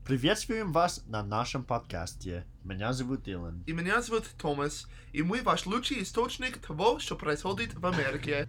Приветствуем вас на нашем подкасте. Меня зовут Дилан. И меня зовут Томас, и мы ваш лучший источник того, что происходит в Америке.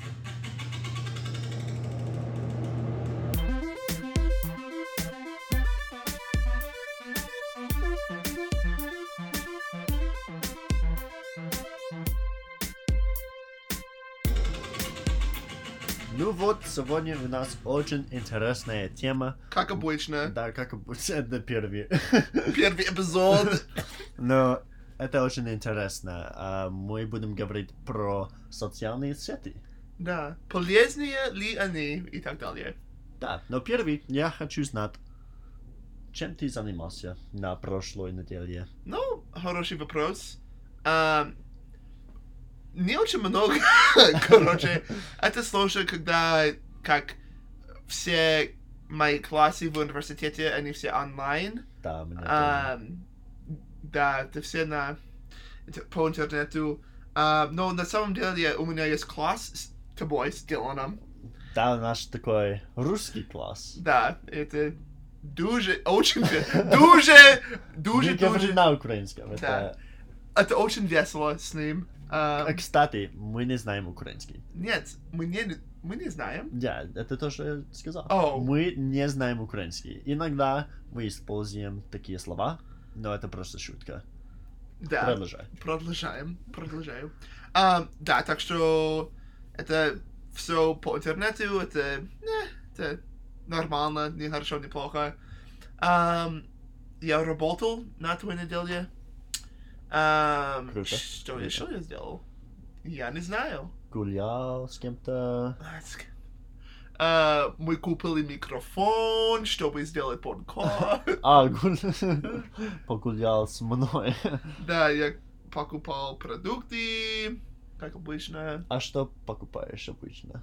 Ну вот, сегодня у нас очень интересная тема. Как обычно. Да, как обычно, это первый. Первый эпизод. Но это очень интересно. Мы будем говорить про социальные сети. Да. Полезнее ли они и так далее. Да, но первый я хочу знать, чем ты занимался на прошлой неделе? Ну, хороший вопрос. Не очень много. Короче, это сложно, когда как все мои классы в университете, они все онлайн. Да, меня Да, это все по интернету. Но на самом деле у меня есть класс с тобой, с Диланом. Да, наш такой русский класс. Да, это очень Не говори на украинском. Да. Это очень весело с ним. Кстати, мы не знаем украинский. Нет, мы не знаем. Да, это то, что я сказал. Oh. Мы не знаем украинский. Иногда мы используем такие слова, но это просто шутка. Да. Продолжай. Продолжаю. Да, так что это все по интернету, это нормально, не хорошо, не плохо. Я работал на той неделе. Круто. Что еще я сделал? Я не знаю. Гулял с кем-то. Мы купили микрофон, чтобы сделать подкаст. Погулял с мной. Да, я покупал продукты, как обычно. А что покупаешь обычно?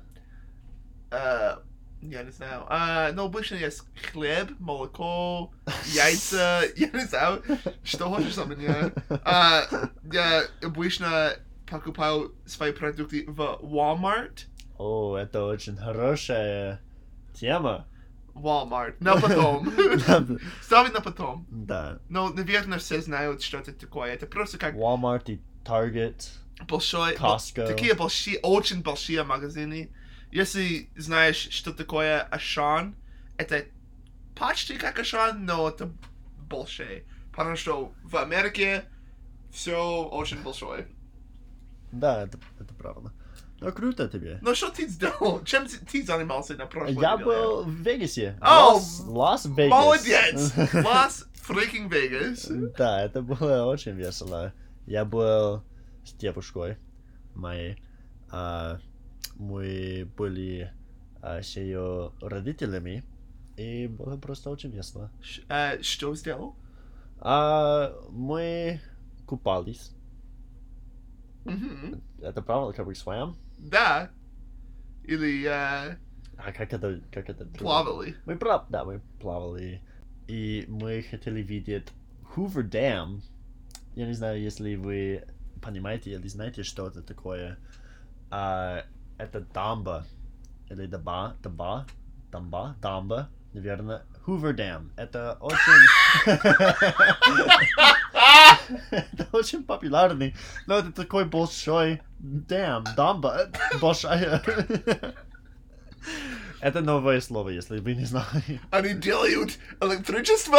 Я не знаю. Но обычно есть хлеб, молоко, яйца. Я не знаю, что хочешь от меня. Я обычно покупаю свои продукты в Walmart. О, это очень хорошая тема. Walmart. На потом. Ставить на потом. Да. Но, наверное, все знают, что это такое. Это просто как Walmart и Target. большой... Costco. Такие большие, очень большие магазины. Если знаешь, что такое Ашан, это почти как Ашан, но это большое. Потому что в Америке все очень большое. Да, это правда. Ну, круто тебе. Но что ты сделал? Чем ты занимался на прошлой Я неделе? был в Вегасе. О, Лас-Вегас. Молодец! Лас freaking Vegas. Да, это было очень весело. Я был с девушкой моей. Мы были с ее родителями. И было просто очень весело. Что сделал? Мы купались. Это правда, как бы своем? Да. Или Как это? плавали. Мы плавали. И мы хотели видеть Hoover Dam. Я не знаю, если вы понимаете или знаете, что это такое. Это дамба. Или дамба, наверное. Hoover Dam. Это очень... Это очень популярный. Но это такой большой дамба. Большая. Это новое слово, если вы не знали. Они делают электричество.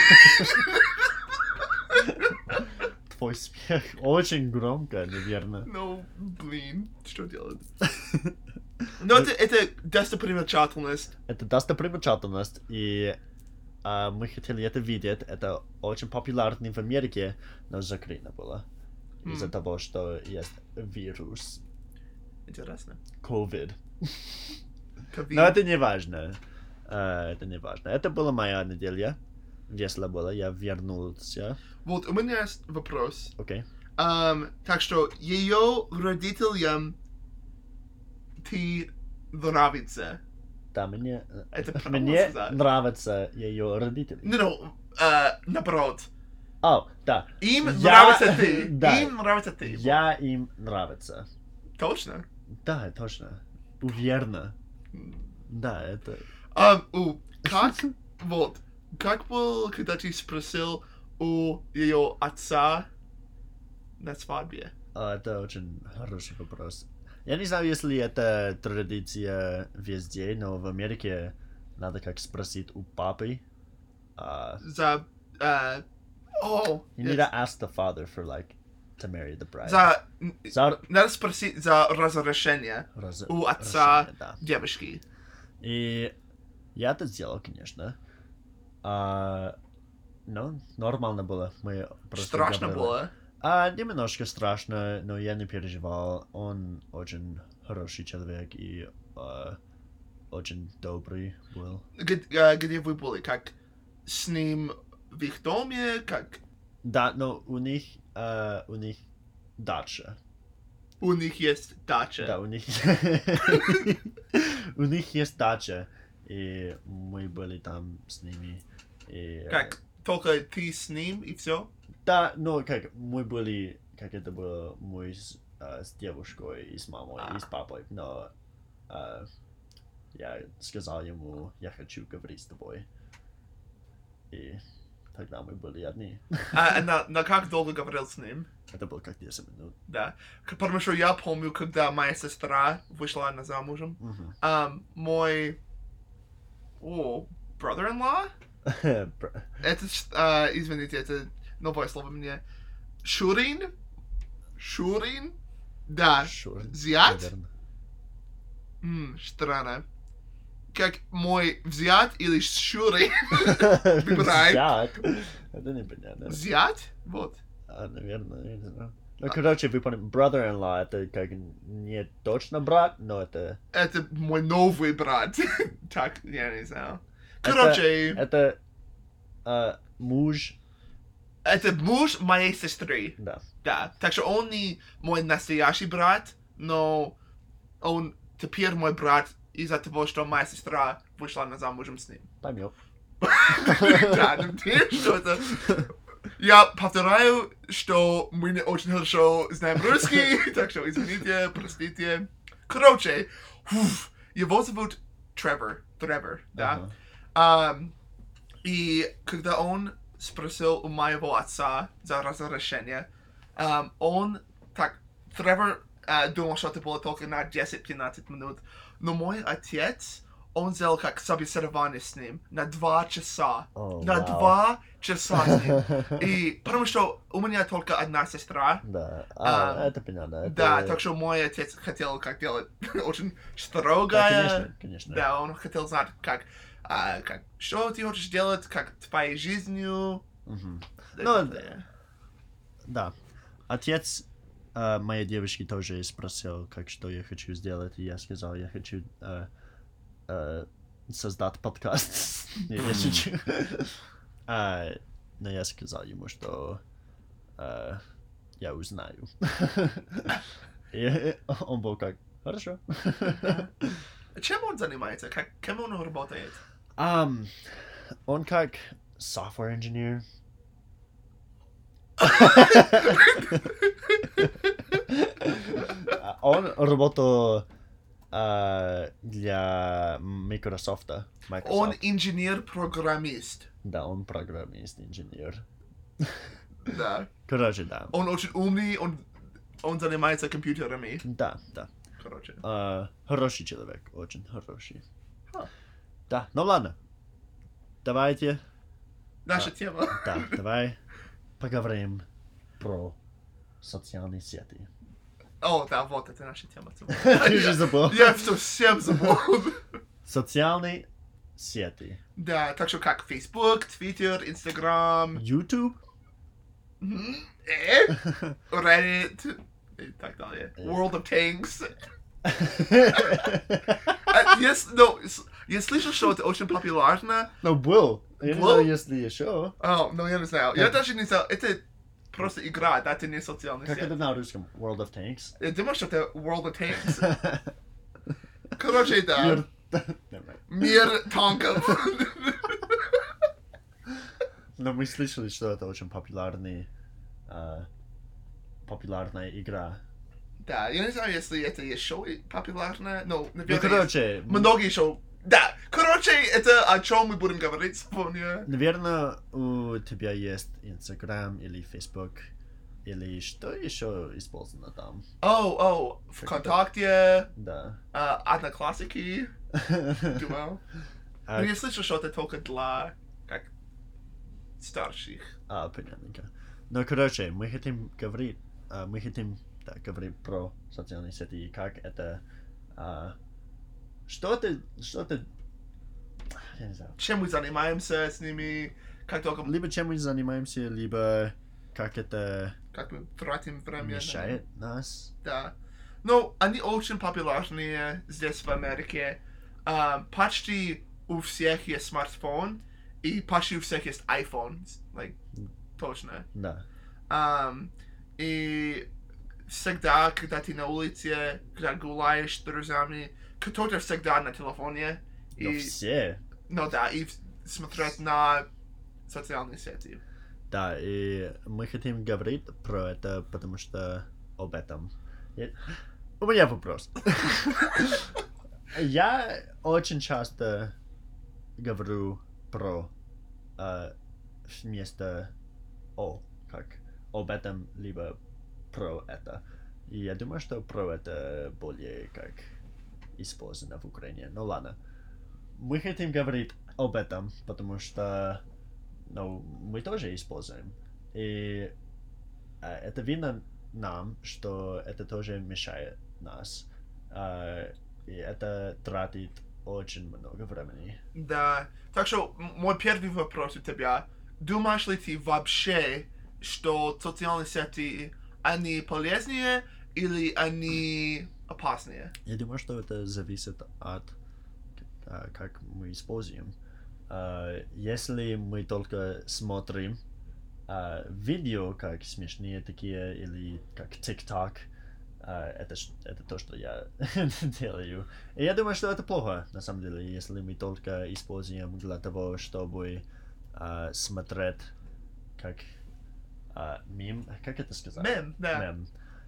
Твой смех очень громко, наверное. Ну, блин, что делать? Но это достопримечательность. Это достопримечательность, и мы хотели это видеть. Это очень популярно в Америке, но закрыто было. Из-за того, что есть вирус. Интересно. COVID. Но это не важно. Это была моя неделя. Весело было, я вернулся. Вот, у меня есть вопрос. Окей. Так что, ее родителям ты нравится. Да, мне правильно сказать. нравятся ее родители. Ну, наоборот. Да. Им нравится ты. Да. Им нравится ты. Я им нравится. Точно? Да, точно. Уверенно. Да, это... Как вот как был, когда ты спросил у ее отца на свадьбе? Это очень хороший вопрос. Я не знаю, если это традиция везде, но в Америке надо как спросить у папы. За... You need to ask the father for like to marry the bride. Надо спросить за разрешение у отца да. девушки. И я это сделал, конечно. Но нормально было. Мы просто Страшно говорили. было? Немножко страшно, но я не переживал. Он очень хороший человек и очень добрый был. Где вы были? Как с ним в их доме? Как? Да, но у них дача. У них есть дача. Да, у них у них есть дача, и мы были там с ними. И, как? Только ты с ним и все? Да, но как мы были, как это было, мы с девушкой и с мамой и с папой, но я сказал ему, я хочу говорить с тобой. И тогда мы были одни. На как долго говорил с ним? Это было как 10 минут. Да. Потому что я помню, когда моя сестра вышла на замужем, мой brother-in-law? Это, извините, это новое слово мне. Шурин? Шурин? Да. Зять? Странно. Как мой взять или Шурин? Выбирай. Зять? Это непонятно. Зять? Вот. Наверное, я не знаю. Ну, короче, вы поняли, brother-in-law, это как не точно брат, но это... Это мой новый брат. Так, я не знаю. Короче... Это муж... Это муж моей сестры. Да. Да. Так что он не мой настоящий брат, но он теперь мой брат из-за того, что моя сестра вышла на замужем с ним. Поймёт. Да, надеюсь, что это... Я повторяю, что мы не очень хорошо знаем русский, так что извините, простите. Короче, его зовут Тревор, да? И когда он спросил у моего отца за разрешение, он так, Тревор думал, что это было только на 10-15 минут, но мой отец, он сделал как собеседование с ним на 2 часа. На 2 часа с ним. И потому что у меня только одна сестра. Да, это понятно. Да, так что мой отец хотел как делать очень строгое. Да, конечно, конечно. Да, он хотел знать, как что ты хочешь делать, как твоей жизнью. Ну, да. Отец моей девушки тоже спросил, как что я хочу сделать, и я сказал, я хочу создать подкаст. Я шучу. Но я сказал ему, что я узнаю. И он был как, хорошо. Чем он занимается? Кем он работает? Он как software engineer. Он работал для Microsoft. Он инженер-программист. Да, он программист-инженер. Да. Короче, да. Он очень умный, он занимается компьютерами. Да, да. Короче. Хороший человек, очень хороший. Да, ну ладно. Давайте. Наша тема. Да, давай поговорим про социальные сети. О, да, вот это наша тема. Ты уже забыл. Я совсем забыл. Социальные сети. Да, так что как Facebook, Twitter, Instagram. YouTube? Reddit. И так далее. World of Tanks. Я слышал, что это очень популярно. Ну, был. Я не знаю, если еще. Ну, я не знаю. Я даже не знаю. Это просто игра, да, это не социальная сеть. Как это на русском? World of Tanks? Я думаю, что это World of Tanks. Короче, да. Мир танков. Но мы слышали, что это очень популярная игра. Да, я не знаю, если это еще популярно, но, наверное, короче... многие еще... Да, короче, Короче, это о чем мы будем говорить сегодня. Наверное, у тебя есть Инстаграм или Фейсбук, или что еще использовано там? ВКонтакте, Да. Одноклассники, думал. А, Но я слышал, что это только для, как, старших. понятненько. Ну, короче, мы хотим говорить про социальные сети и как это... что ты... Я не знаю. Чем мы занимаемся с ними, как только... Либо чем мы занимаемся, либо как это Как мы тратим время. мешает нас. Да. Но они очень популярные здесь в Америке. Почти у всех есть смартфон, и почти у всех есть iPhone. Like, точно. Да. И всегда, когда ты на улице, когда гуляешь с друзьями, кто-то всегда на телефоне. Но все. Ну да, и смотреть на социальные сети. Да, и мы хотим говорить про это, потому что об этом. У меня вопрос. Я очень часто говорю про вместо об этом, либо про это. И я думаю, что про это более как использовано в Украине. Ну ладно. Мы хотим говорить об этом, потому что мы тоже используем. И это видно нам, что это тоже мешает нас. И это тратит очень много времени. Да. Так что мой первый вопрос у тебя. Думаешь ли ты вообще, что социальные сети, они полезнее или они опаснее? Я думаю, что это зависит от как мы используем. Если мы только смотрим видео, как смешные такие, или как TikTok, это то, что я делаю. И я думаю, что это плохо, на самом деле, если мы только используем для того, чтобы смотреть как мем, как это сказать? Мем, да. Мем.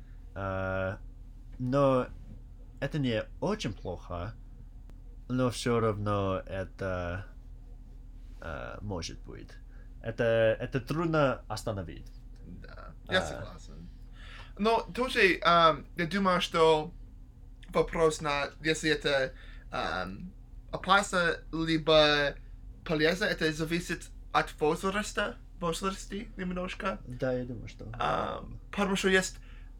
Но это не очень плохо, но все равно это может быть. Это трудно остановить. Да, я согласен. Но тоже я думаю, что вопрос на, если это опасно, либо полезно, это зависит от возраста немножко. Да, я думаю, что. Потому что есть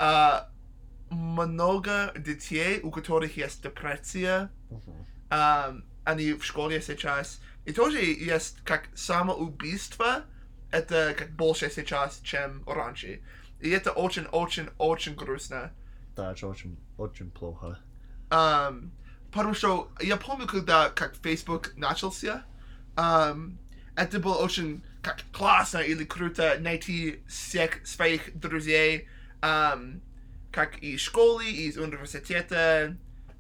много детей, у которых есть депрессия. Они в школе сейчас. И тоже есть как самоубийство. Это как больше сейчас, чем раньше. И это очень грустно. Да, это очень плохо. Потому что я помню, когда как Facebook начался, это было очень как классно или круто найти всех своих друзей, как из школы, из университета.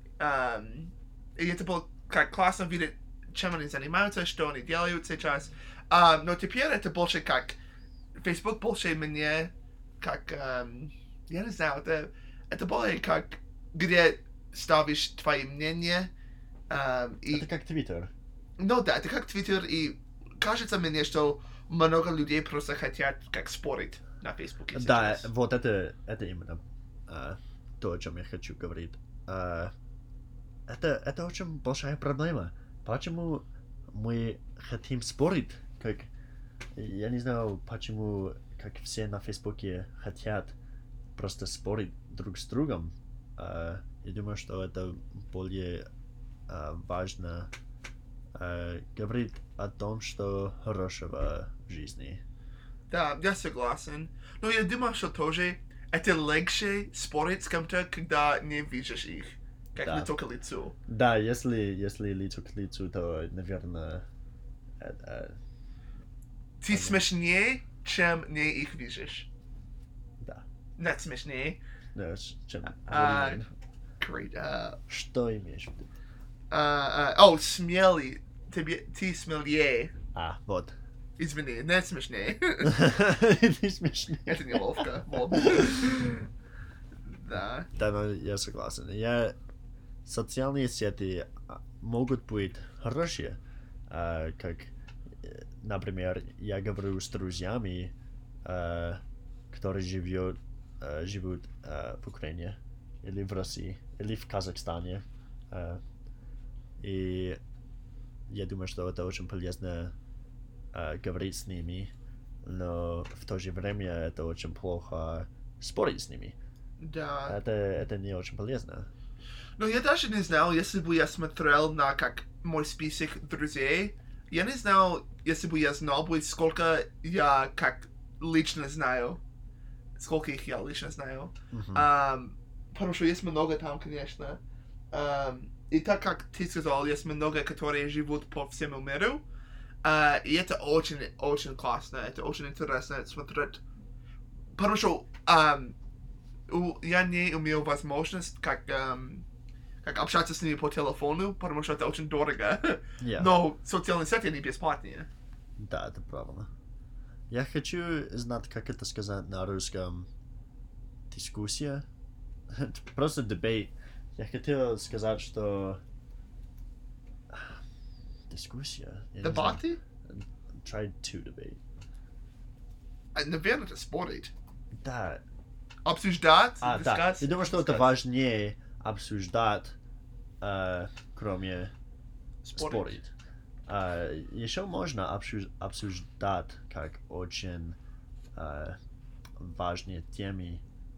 И это было как классно видеть, чем они занимаются, что они делают сейчас. Но теперь это больше как Facebook больше мне как я не знаю, это более как где ставишь твои мнения. Это как Twitter. Ну да, это как Twitter, и кажется мне, что много людей просто хотят как спорить на Facebook сейчас. Да, вот это именно то, о чем я хочу говорить. Это очень большая проблема. Почему мы хотим спорить? Как я не знаю, почему как все на Фейсбуке хотят просто спорить друг с другом. Я думаю, что это более важно говорить о том, что хорошего в жизни. Да, я согласен. Но я думаю, что тоже это легче спорить с кем-то, когда не видишь их. Как Да. лицо к лицу. Да, если лицо к лицу, то, наверное, Ты смешнее, чем не их видишь. да. Нет, смешнее. Да, чем Great. Что имеешь в виду? Смелый. Ты смелее. Вот. Извини, не смешнее. Ты смешный. Это неловко. Вот. Да. Да, но я согласен. Социальные сети могут быть хорошие. Как, например, я говорю с друзьями, которые живут в Украине, или в России, или в Казахстане. И я думаю, что это очень полезно говорить с ними, но в то же время это очень плохо спорить с ними. Да. Это не очень полезно. Но я даже не знал, если бы я смотрел на как мой список друзей, я не знал, если бы я знал бы, сколько я как лично знаю. Сколько их я лично знаю. Потому что есть много там, конечно. И так как ты сказал, есть много, которые живут по всему миру. И это очень классно, это очень интересно смотреть. Потому что я не имел возможность как общаться с ними по телефону, потому что это очень дорого. Yeah. Но социальные сети не бесплатные. Да, это правильно. Я хочу знать, как это сказать на русском. Дискуссия. Просто дебейт. Я хотел сказать, что... Дискуссия. Дебаты? Try to debate. Наверное, это спорить. Да. Обсуждать? Да. Discuss? Я думаю, что это важнее обсуждать, кроме спорить. Еще можно обсуждать как очень важные темы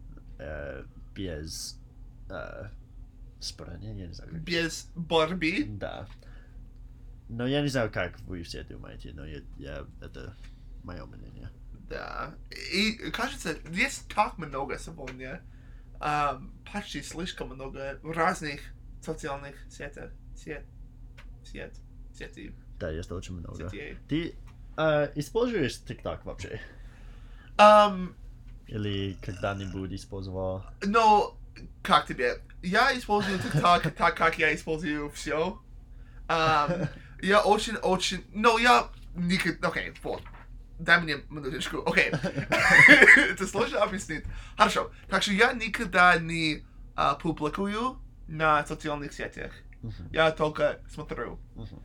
без спорения, я не знаю. Без борьбы? Да. Но я не знаю, как вы все думаете, но это мое мнение. Да. И кажется, есть так много сегодня, почти слишком много разных социальных сетей. Да, есть очень много. Сетей. Ты используешь TikTok вообще? Или когда-нибудь использовал? Но, как тебе? Я использую TikTok так, как я использую все. Я очень... Но я никогда... Окей, вот. Дай мне минуточку. Окей. Это сложно объяснить. Хорошо. Так что я никогда не публикую на социальных сетях. Я только смотрю.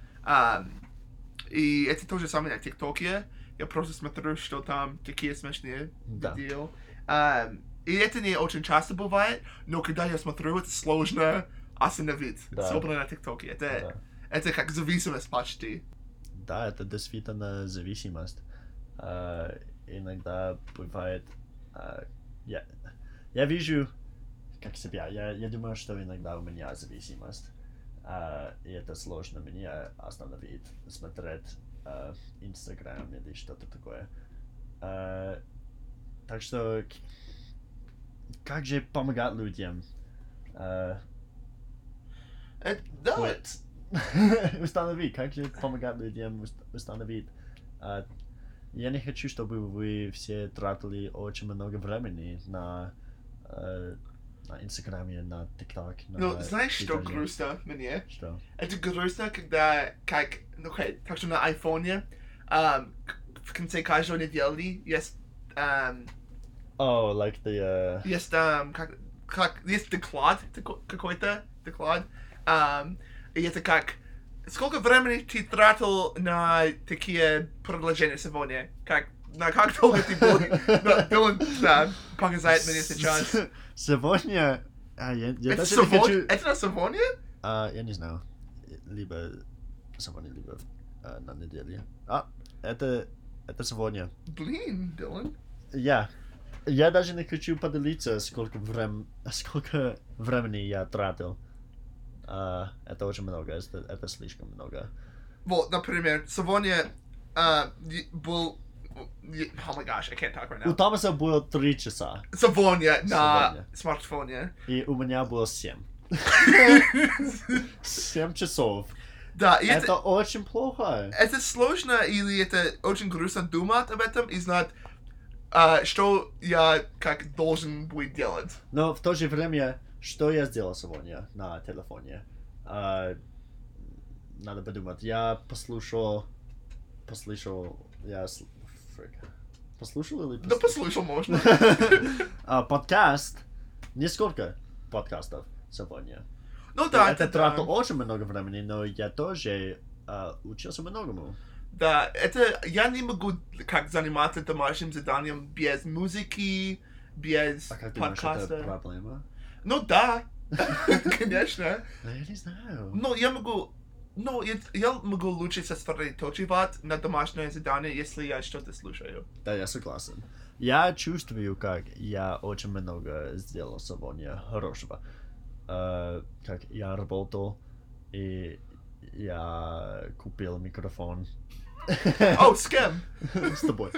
И это то же самое на ТикТоке. Я просто смотрю, что там такие смешные видео. И это не очень часто бывает, но когда я смотрю, это сложно остановить. Особенно на ТикТоке. Это как зависимость почти. Да, это действительно зависимость. Иногда бывает... Я вижу, как себя. Я думаю, что иногда у меня зависимость. И это сложно мне остановить, смотреть Инстаграм или что-то такое. Так что... Как же помогать людям? Да. Установить, как же помогать людям установить. Я не хочу, чтобы вы все тратили очень много времени на Инстаграме, на ТикТок. Ну, знаешь, что грустно мне? Что? Это грустно, когда, как, так что на айфоне, в конце каждой недели есть, like the... Есть, есть доклад какой-то, доклад, и это как, сколько времени ты тратил на такие предложения сегодня? Как долго ты должен показать мне сейчас? Сегодня... я это даже не хочу... Это на сегодня? Я не знаю. Либо сегодня, либо на неделе. Это сегодня. Блин, Дилан. Я даже не хочу поделиться, сколько времени я тратил. Это очень много, это слишком много. Вот, например, сегодня был... Oh my gosh, I can't talk right now. У Томаса было 3 часа. Сегодня на смартфоне. И у меня было 7. 7 часов. Да, и это очень плохо. Это сложно или это очень грустно думать об этом и знать, что я как должен будет делать. Но в то же время, что я сделал сегодня на телефоне? Надо подумать. Я послушал, послушал или... Да, послушал можно. Подкаст. Несколько подкастов сегодня. Ну да, это тратил очень много времени, но я тоже учился многому. Да, это я не могу как заниматься домашним заданием без музыки, без А как думаешь, это подкаста. проблема? Ну да, конечно. Ну, я не знаю. Но я могу лучше сосредоточивать на домашнее задание, если я что-то слушаю. Да, я согласен. Я чувствую, как я очень много сделал сегодня хорошего. Как я работал, и я купил микрофон. О, с кем? С тобой.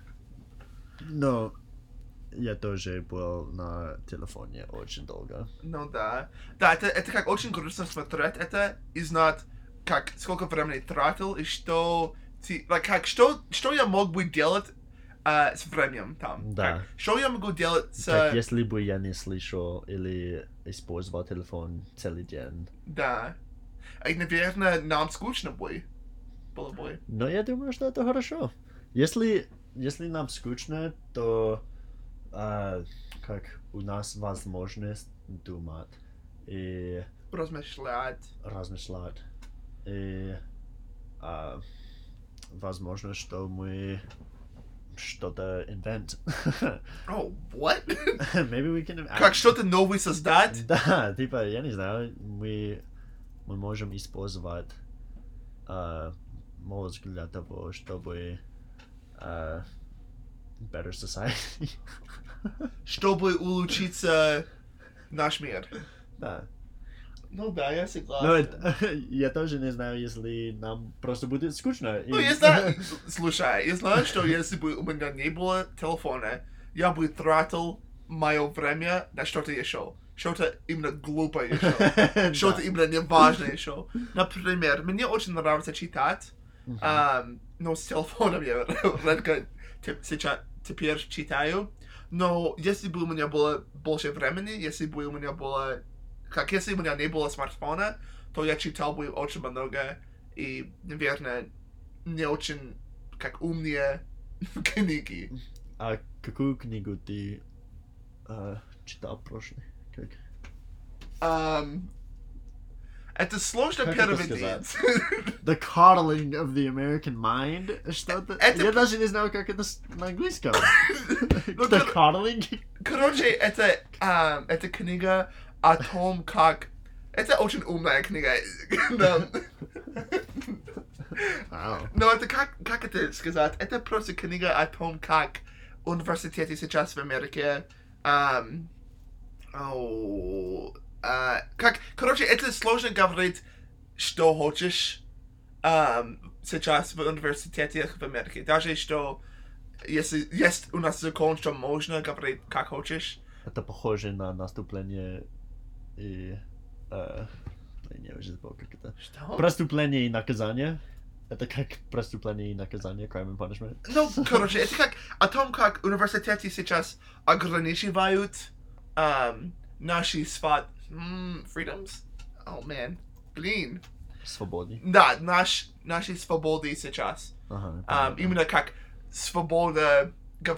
Но я тоже был на телефоне очень долго. Ну да. Да, это как очень грустно смотреть это и знать, как сколько времени тратил и что что я мог бы делать с временем там. Да. Что я могу делать с... Как если бы я не слышал или использовал телефон целый день. Да. И, наверное, нам скучно было бы. Но я думаю, что это хорошо. Если нам скучно, то как у нас возможность думать и Размышлять. размышлять. И возможно, что мы что-то invent. Oh, what? Maybe we can... Как что-то новое создать? Да, типа, я не знаю, мы можем использовать мозг для того, чтобы better society. Чтобы улучшиться наш мир. Да. Ну да, я Но согласен. я тоже не знаю, если нам просто будет скучно. Ну, я знаю, слушай, я знаю, что если бы у меня не было телефона, я бы тратил мое время на что-то еще. Что-то именно глупое еще. Что-то именно неважное еще. Например, мне очень нравится читать, но с телефоном я редко сейчас теперь читаю. Но если бы у меня было больше времени, если бы у меня было... если у меня не было смартфона, то я читал бы очень много и, наверное, не очень как умные книги. А какую книгу ты читал прошлый? Как? Это сложно Как это переводить. The Coddling of the American Mind? Что-то? Это- Я даже не знаю, как это на английском. Ну, The Coddling? Короче, это книга о том, как... Это очень умная книга. Вау. Но это как это сказать? Это просто книга о том, как университеты сейчас в Америке... короче, это сложно говорить, что хочешь сейчас в университете в Америке. Даже что если есть у нас закон, что можно говорить как хочешь. Это похоже на наступление и... я уже забыл, как это. Что? Преступление и наказание. Это как преступление и наказание, crime and punishment. Ну, короче, это как о том, как университеты сейчас ограничивают наши freedoms. Oh man, блин. Свободный. Да, наши свободы сейчас. Ага. Именно как свобода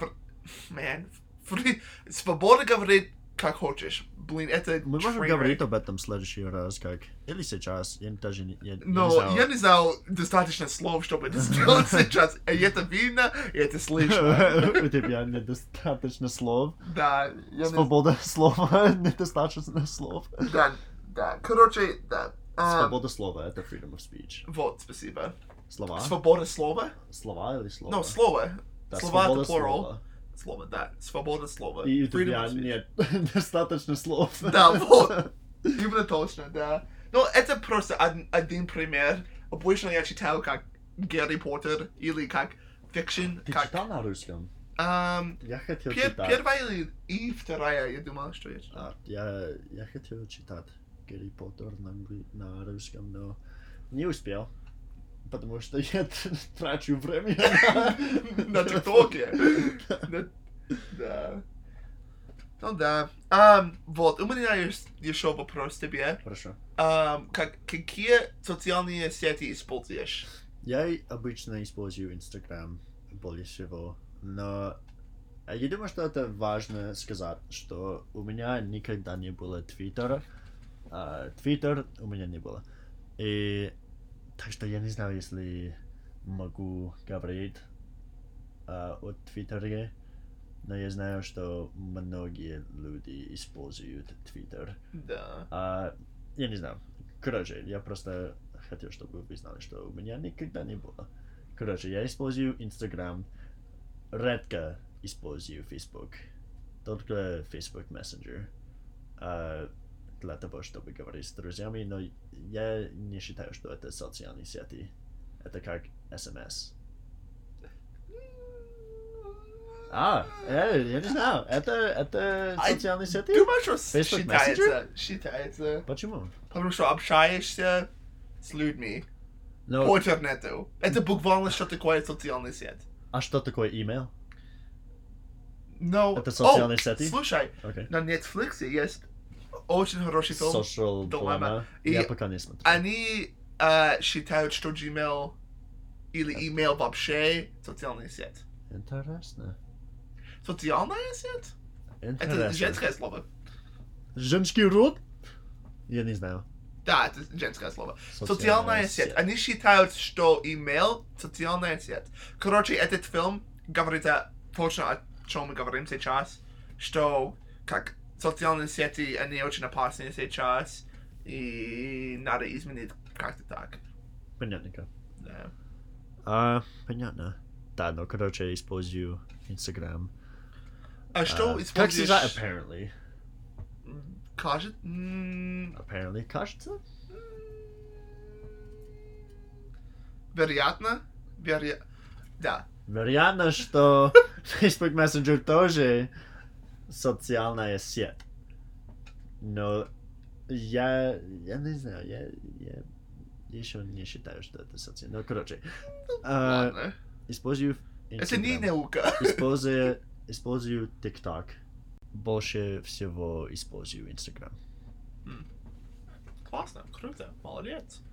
свобода говорить как хочешь. Блин, это Мы можем train говорить wreck. об этом в следующий раз, как... Или сейчас, я даже не... Я не Но знаю. я не знал достаточно слов, чтобы это сделать сейчас. И это видно, и это слышно. У тебя недостаточно слов. Да, я не... Свобода слова, недостаточно слов. Да. Короче, да. Свобода слова, это freedom of speech. Вот, спасибо. Слова? Свобода слова? Слова или слова? Ну, слово. Да, Слова свобода это plural. слова. Слово, да. Свобода слова. И у Freedom тебя of speech. нет достаточно слов. Да, вот. Именно точно, да. Но это просто один пример. Обычно я читал как Гарри Поттер или как фикшн. Ты как... читал на русском? Я хотел читать. Первая и вторая, я думал, что я читал. Я хотел читать Гарри Поттер на русском, но не успел. Потому что я трачу время На ТикТоке. Да. Ну да. Вот, у меня есть еще вопрос к тебе. Хорошо. Какие социальные сети используешь? Я обычно использую Instagram более всего, но я думаю, что это важно сказать, что у меня никогда не было Твиттера. Твиттер у меня не было. И Так что я не знаю, если могу говорить о Твиттере, но я знаю, что многие люди используют Твиттер. Да. Я не знаю. Короче, я просто хотел, чтобы вы знали, что у меня никогда не было. Короче, я использую Instagram, редко использую Facebook, только Facebook Messenger для того, чтобы говорить с друзьями, но я не считаю, что это социальные сети. Это как SMS. Я не знаю. Это социальные сети? Думаю, что Facebook считается. Почему? Потому что общаешься с людьми Но, по интернету. Это буквально что такое социальный сеть. а что такое имейл? Но... Это социальные сети? Слушай, Окей. на Netflix есть очень хороший фильм. Social Dilemma. И Я пока не смотрел. они считают, что Gmail или email вообще социальная сеть. Интересно. Социальная сеть? Это Интересно. женское слово. Женский род? Я не знаю. Да, это женское слово. Социальная сеть. Они считают, что email социальная сеть. Короче, этот фильм говорит точно о чем мы говорим сейчас, что как социальные сети, они очень опасны сейчас, и надо изменить как-то так. Понятненько. Да. Понятно. Да, но, короче, использую Instagram. А что Как используешь? сказать apparently? Кажется? Apparently, кажется? Вероятно? Да. Вероятно, что Facebook Messenger тоже социальная сеть. Но я не знаю, я еще не считаю, что это социальная. Ну, короче, Ладно. использую Это не Instagram. наука. Использую TikTok. Больше всего использую Instagram. Классно, круто, молодец.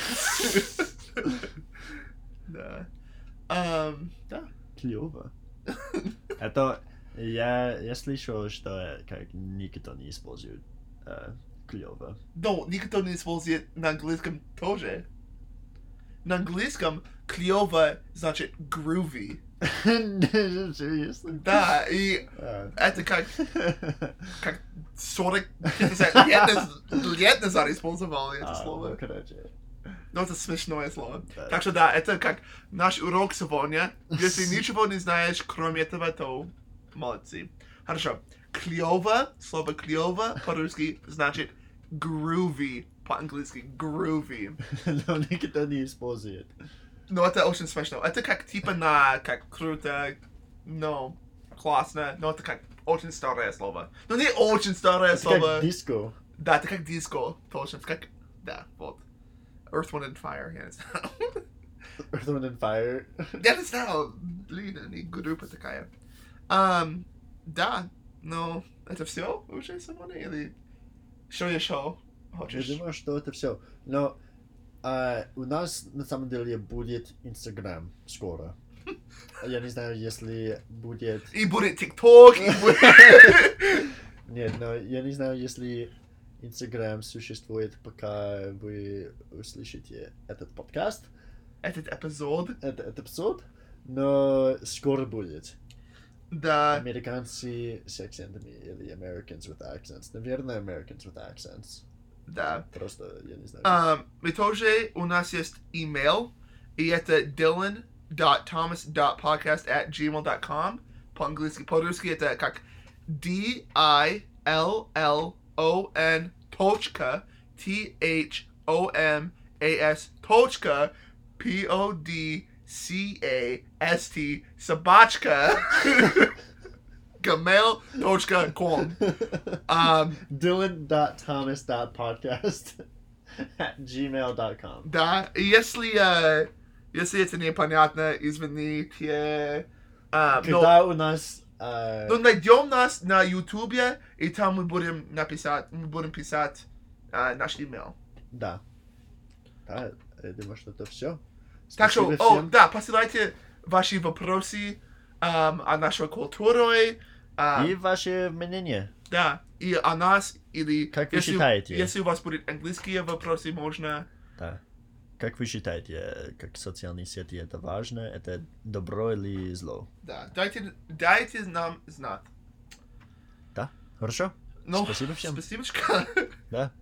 Да. Да. Клево. Это я слышал, что как никто не использует клево. Но никто не использует на английском тоже. На английском клево значит groovy. Серьезно? Да, и это как 40 лет назад использовали это слово. Короче. Но это смешное слово. Да. Так что да, это как наш урок сегодня. Если ничего не знаешь, кроме этого, то молодцы. Хорошо. Клево, слово клево по-русски значит groovy по-английски. Groovy. Но никто не использует. Но это очень смешно. Это как типа на как круто, но классно, но это как очень старое слово. Но не очень старое Это слово. как диско. Да, это как диско. Точно. Это как... Да, вот. Earth, Wind and Fire, я не знаю. Earth, Wind and Fire. Я не знаю. Блин, они группа такая. Да, но это все уже сегодня? Или что еще Я хочешь? думаю, что это все. Но у нас на самом деле будет Instagram скоро. Я не знаю, если будет... И будет ТикТок, и будет... Нет, но я не знаю, если Instagram существует, пока вы услышите этот подкаст, Этот эпизод. этот эпизод, но скоро будет. Да. Американцы с акцентами или Americans with accents. Наверное, Americans with accents. Да. Просто, я не знаю. И тоже у нас есть имейл, и это dylan.thomas.podcast@gmail.com. По-английски, по-русски это как DILLON точка THOMAS точка PODCAST собачка gmail.com. Dylan.thomas.podcast@gmail.com. Да, и если это непонятно, извините. Но Когда у нас... найдем нас на Ютубе, и там мы будем писать наш имейл. Да. Да, я думаю, что это все. Так что, Спасибо всем. да, посылайте ваши вопросы о нашей культуре. И ваше мнение. Да, и о нас, или... Как вы считаете? Если у вас будут английские вопросы, можно... Да. как вы считаете, как социальные сети это важно? Это добро или зло? Да, дайте нам знать. Да? Хорошо? Ну, Спасибо всем. спасибочка. Да.